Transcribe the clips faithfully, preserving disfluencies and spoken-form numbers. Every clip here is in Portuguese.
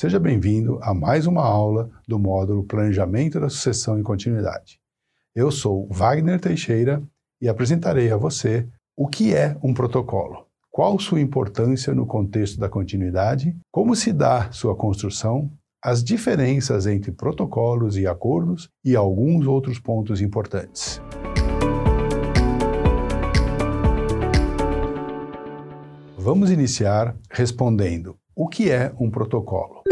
Seja bem-vindo a mais uma aula do módulo Planejamento da Sucessão e Continuidade. Eu sou Wagner Teixeira e apresentarei a você o que é um protocolo, qual sua importância no contexto da continuidade, como se dá sua construção, as diferenças entre protocolos e acordos e alguns outros pontos importantes. Vamos iniciar respondendo: o que é um protocolo?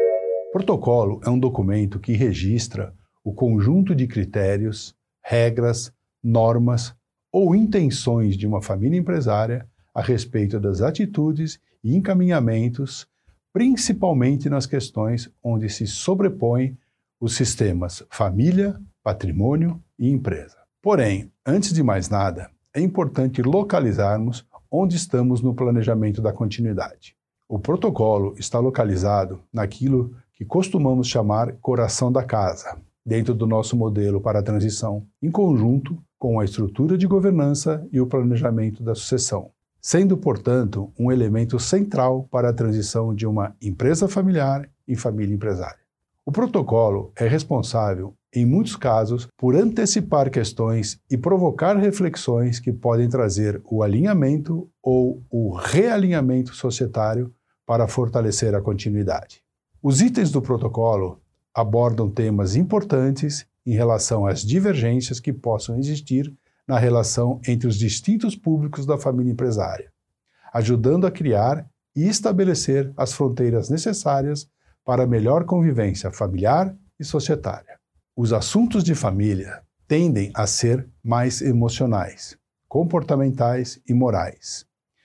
Protocolo é um documento que registra o conjunto de critérios, regras, normas ou intenções de uma família empresária a respeito das atitudes e encaminhamentos, principalmente nas questões onde se sobrepõem os sistemas família, patrimônio e empresa. Porém, antes de mais nada, é importante localizarmos onde estamos no planejamento da continuidade. O protocolo está localizado naquilo que costumamos chamar coração da casa, dentro do nosso modelo para a transição, em conjunto com a estrutura de governança e o planejamento da sucessão, sendo, portanto, um elemento central para a transição de uma empresa familiar em família empresária. O protocolo é responsável, em muitos casos, por antecipar questões e provocar reflexões que podem trazer o alinhamento ou o realinhamento societário para fortalecer a continuidade. Os itens do protocolo abordam temas importantes em relação às divergências que possam existir na relação entre os distintos públicos da família empresária, ajudando a criar e estabelecer as fronteiras necessárias para a melhor convivência familiar e societária. Os assuntos de família tendem a ser mais emocionais, comportamentais e morais.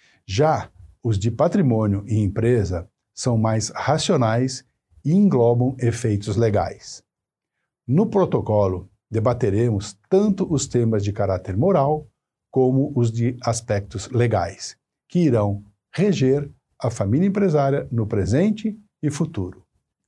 Já os de patrimônio e empresa são mais racionais e englobam efeitos legais. No protocolo, debateremos tanto os temas de caráter moral como os de aspectos legais, que irão reger a família empresária no presente e futuro.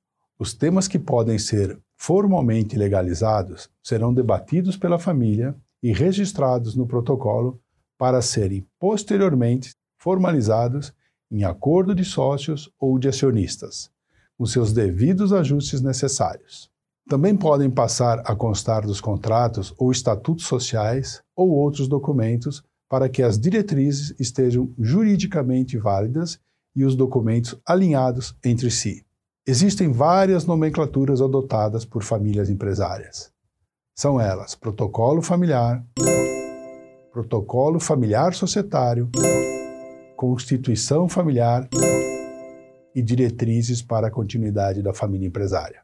Os temas que podem ser formalmente legalizados serão debatidos pela família e registrados no protocolo para serem posteriormente formalizados em acordo de sócios ou de acionistas, com seus devidos ajustes necessários. Também podem passar a constar dos contratos ou estatutos sociais ou outros documentos para que as diretrizes estejam juridicamente válidas e os documentos alinhados entre si. Existem várias nomenclaturas adotadas por famílias empresárias. São elas: protocolo familiar, protocolo familiar societário, constituição familiar e diretrizes para a continuidade da família empresária.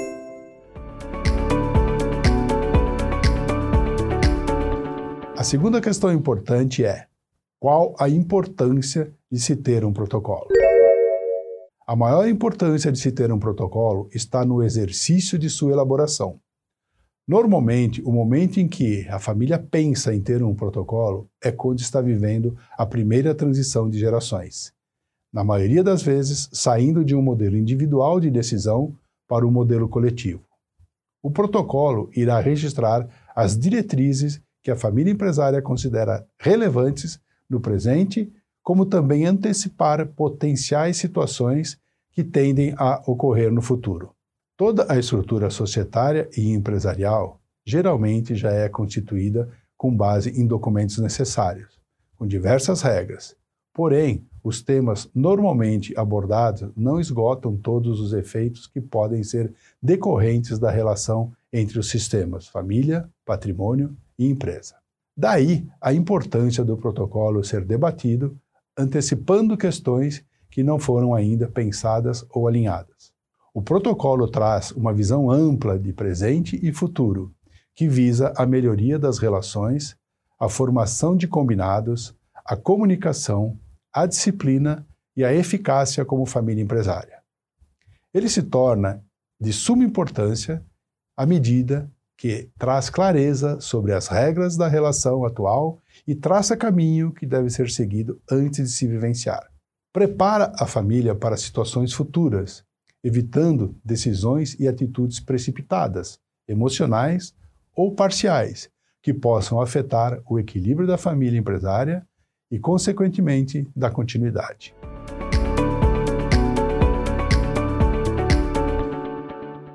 A segunda questão importante é: qual a importância de se ter um protocolo? A maior importância de se ter um protocolo está no exercício de sua elaboração. Normalmente, o momento em que a família pensa em ter um protocolo é quando está vivendo a primeira transição de gerações. Na maioria das vezes, saindo de um modelo individual de decisão para um modelo coletivo. O protocolo irá registrar as diretrizes que a família empresária considera relevantes no presente, como também antecipar potenciais situações que tendem a ocorrer no futuro. Toda a estrutura societária e empresarial geralmente já é constituída com base em documentos necessários, com diversas regras. Porém, os temas normalmente abordados não esgotam todos os efeitos que podem ser decorrentes da relação entre os sistemas família, patrimônio e empresa. Daí a importância do protocolo ser debatido, antecipando questões que não foram ainda pensadas ou alinhadas. O protocolo traz uma visão ampla de presente e futuro, que visa a melhoria das relações, a formação de combinados, a comunicação, a disciplina e a eficácia como família empresária. Ele se torna de suma importância à medida que traz clareza sobre as regras da relação atual e traça caminho que deve ser seguido antes de se vivenciar. Prepara a família para situações futuras, evitando decisões e atitudes precipitadas, emocionais ou parciais, que possam afetar o equilíbrio da família empresária e, consequentemente, da continuidade.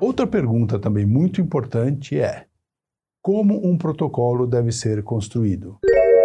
Outra pergunta também muito importante é: como um protocolo deve ser construído?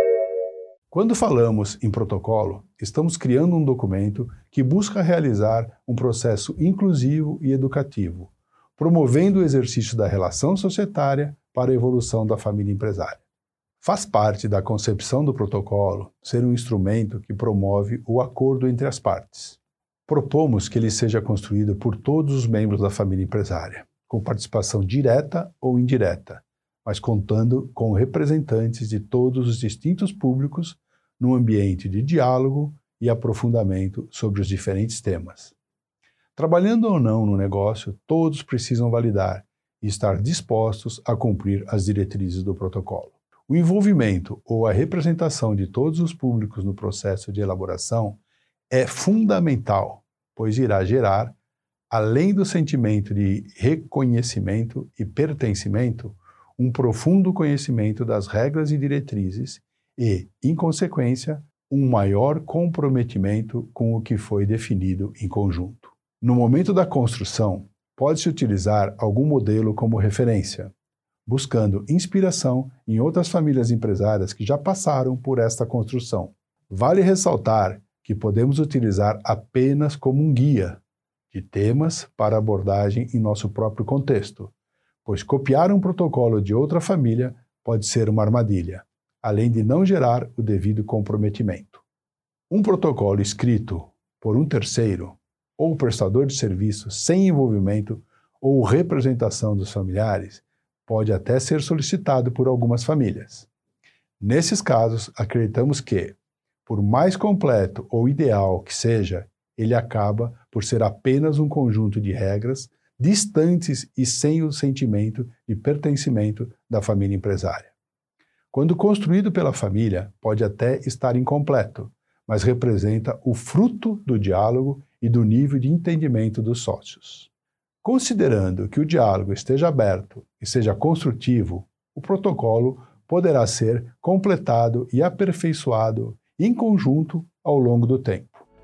Quando falamos em protocolo, estamos criando um documento que busca realizar um processo inclusivo e educativo, promovendo o exercício da relação societária para a evolução da família empresária. Faz parte da concepção do protocolo ser um instrumento que promove o acordo entre as partes. Propomos que ele seja construído por todos os membros da família empresária, com participação direta ou indireta, mas contando com representantes de todos os distintos públicos num ambiente de diálogo e aprofundamento sobre os diferentes temas. Trabalhando ou não no negócio, todos precisam validar e estar dispostos a cumprir as diretrizes do protocolo. O envolvimento ou a representação de todos os públicos no processo de elaboração é fundamental, pois irá gerar, além do sentimento de reconhecimento e pertencimento, um profundo conhecimento das regras e diretrizes e, em consequência, um maior comprometimento com o que foi definido em conjunto. No momento da construção, pode-se utilizar algum modelo como referência, buscando inspiração em outras famílias empresárias que já passaram por esta construção. Vale ressaltar que podemos utilizar apenas como um guia de temas para abordagem em nosso próprio contexto, pois copiar um protocolo de outra família pode ser uma armadilha, além de não gerar o devido comprometimento. Um protocolo escrito por um terceiro ou prestador de serviço sem envolvimento ou representação dos familiares pode até ser solicitado por algumas famílias. Nesses casos, acreditamos que, por mais completo ou ideal que seja, ele acaba por ser apenas um conjunto de regras distantes e sem o sentimento de pertencimento da família empresária. Quando construído pela família, pode até estar incompleto, mas representa o fruto do diálogo e do nível de entendimento dos sócios. Considerando que o diálogo esteja aberto e seja construtivo, o protocolo poderá ser completado e aperfeiçoado em conjunto ao longo do tempo.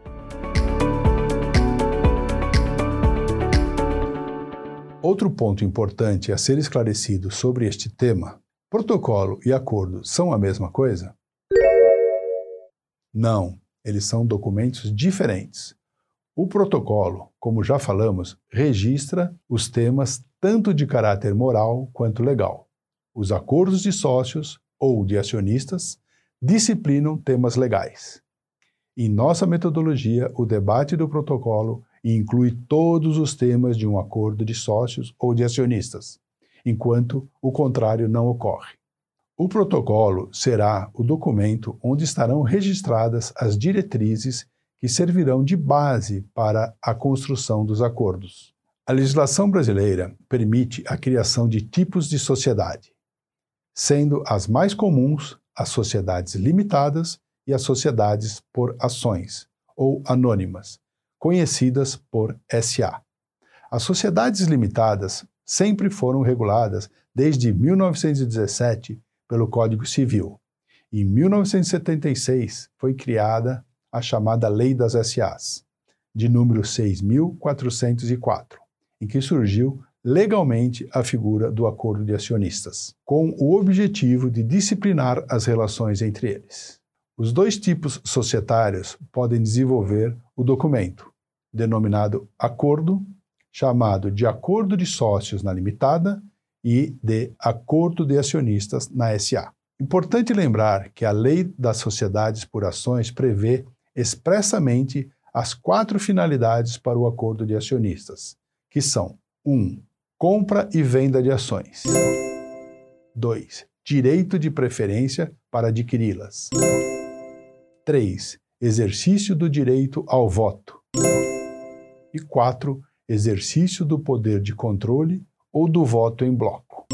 Outro ponto importante a ser esclarecido sobre este tema: protocolo e acordo são a mesma coisa? Não, eles são documentos diferentes. O protocolo, como já falamos, registra os temas tanto de caráter moral quanto legal. Os acordos de sócios ou de acionistas disciplinam temas legais. Em nossa metodologia, o debate do protocolo inclui todos os temas de um acordo de sócios ou de acionistas, enquanto o contrário não ocorre. O protocolo será o documento onde estarão registradas as diretrizes que servirão de base para a construção dos acordos. A legislação brasileira permite a criação de tipos de sociedade, sendo as mais comuns as sociedades limitadas e as sociedades por ações, ou anônimas, conhecidas por S A. As sociedades limitadas sempre foram reguladas desde mil novecentos e dezessete pelo Código Civil. Em mil novecentos e setenta e seis foi criada a chamada Lei das S As, de número seis mil quatrocentos e quatro, em que surgiu legalmente a figura do acordo de acionistas, com o objetivo de disciplinar as relações entre eles. Os dois tipos societários podem desenvolver o documento, denominado acordo, chamado de acordo de sócios na limitada e de acordo de acionistas na S A. Importante lembrar que a Lei das Sociedades por Ações prevê expressamente as quatro finalidades para o acordo de acionistas, que são: um. Compra e venda de ações. dois. Direito de preferência para adquiri-las. três. Exercício do direito ao voto. E quatro. Exercício do poder de controle ou do voto em bloco.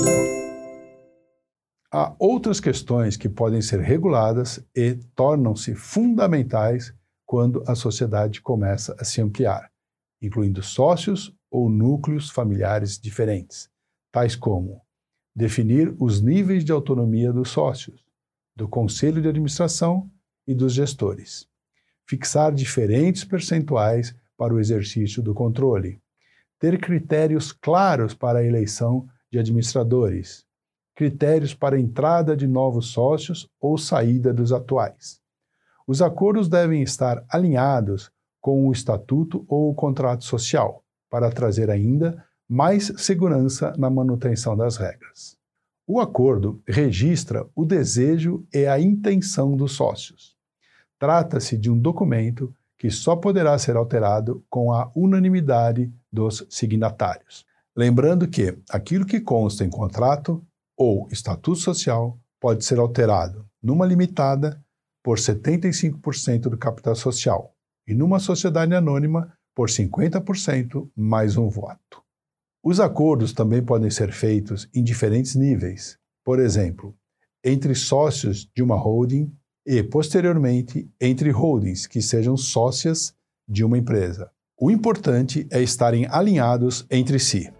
Há outras questões que podem ser reguladas e tornam-se fundamentais quando a sociedade começa a se ampliar, incluindo sócios ou núcleos familiares diferentes, tais como definir os níveis de autonomia dos sócios, do conselho de administração e dos gestores, fixar diferentes percentuais para o exercício do controle, ter critérios claros para a eleição de administradores, critérios para a entrada de novos sócios ou saída dos atuais. Os acordos devem estar alinhados com o estatuto ou o contrato social, para trazer ainda mais segurança na manutenção das regras. O acordo registra o desejo e a intenção dos sócios. Trata-se de um documento que só poderá ser alterado com a unanimidade dos signatários. Lembrando que aquilo que consta em contrato ou estatuto social pode ser alterado numa limitada por setenta e cinco por cento do capital social e numa sociedade anônima por cinquenta por cento mais um voto. Os acordos também podem ser feitos em diferentes níveis, por exemplo, entre sócios de uma holding e, posteriormente, entre holdings que sejam sócias de uma empresa. O importante é estarem alinhados entre si.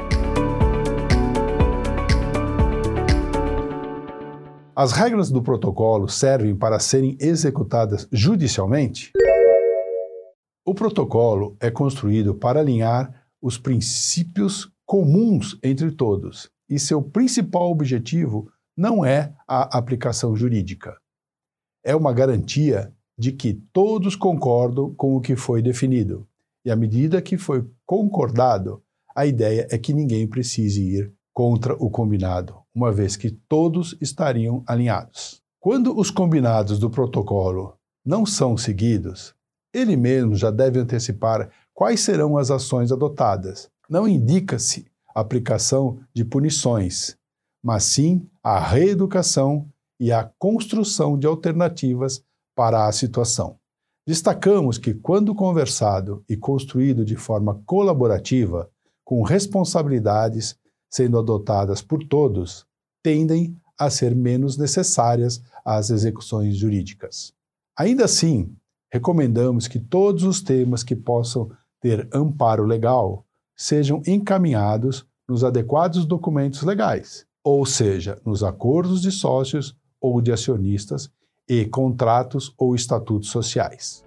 As regras do protocolo servem para serem executadas judicialmente? O protocolo é construído para alinhar os princípios comuns entre todos, e seu principal objetivo não é a aplicação jurídica. É uma garantia de que todos concordam com o que foi definido, e à medida que foi concordado, a ideia é que ninguém precise ir contra o combinado, uma vez que todos estariam alinhados. Quando os combinados do protocolo não são seguidos, ele mesmo já deve antecipar quais serão as ações adotadas. Não indica-se a aplicação de punições, mas sim a reeducação e a construção de alternativas para a situação. Destacamos que, quando conversado e construído de forma colaborativa, com responsabilidades sendo adotadas por todos, tendem a ser menos necessárias as execuções jurídicas. Ainda assim, recomendamos que todos os temas que possam ter amparo legal sejam encaminhados nos adequados documentos legais, ou seja, nos acordos de sócios ou de acionistas e contratos ou estatutos sociais.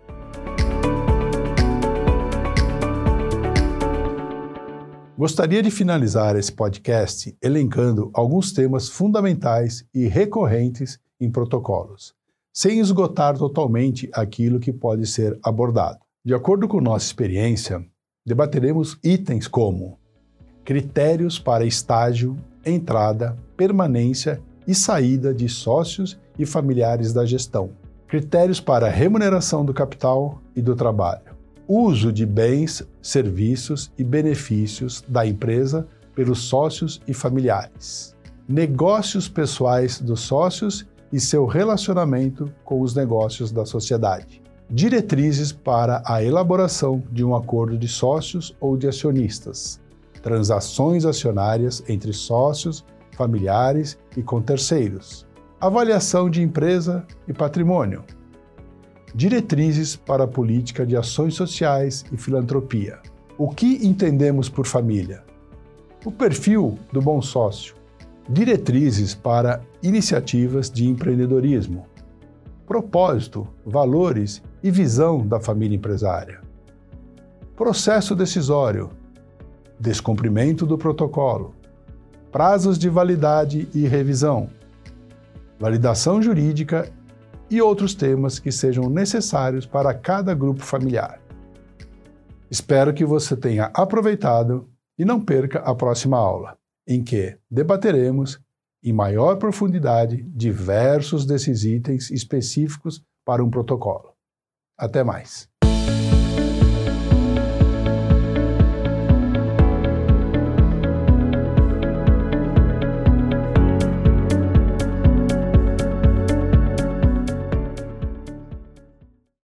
Gostaria de finalizar esse podcast elencando alguns temas fundamentais e recorrentes em protocolos, sem esgotar totalmente aquilo que pode ser abordado. De acordo com nossa experiência, debateremos itens como critérios para estágio, entrada, permanência e saída de sócios e familiares da gestão, critérios para remuneração do capital e do trabalho, uso de bens, serviços e benefícios da empresa pelos sócios e familiares, negócios pessoais dos sócios e seu relacionamento com os negócios da sociedade, diretrizes para a elaboração de um acordo de sócios ou de acionistas, transações acionárias entre sócios, familiares e com terceiros, avaliação de empresa e patrimônio, diretrizes para a política de ações sociais e filantropia. O que entendemos por família? O perfil do bom sócio, diretrizes para iniciativas de empreendedorismo, propósito, valores e visão da família empresária, processo decisório, descumprimento do protocolo, prazos de validade e revisão, validação jurídica e outros temas que sejam necessários para cada grupo familiar. Espero que você tenha aproveitado e não perca a próxima aula, em que debateremos em maior profundidade diversos desses itens específicos para um protocolo. Até mais!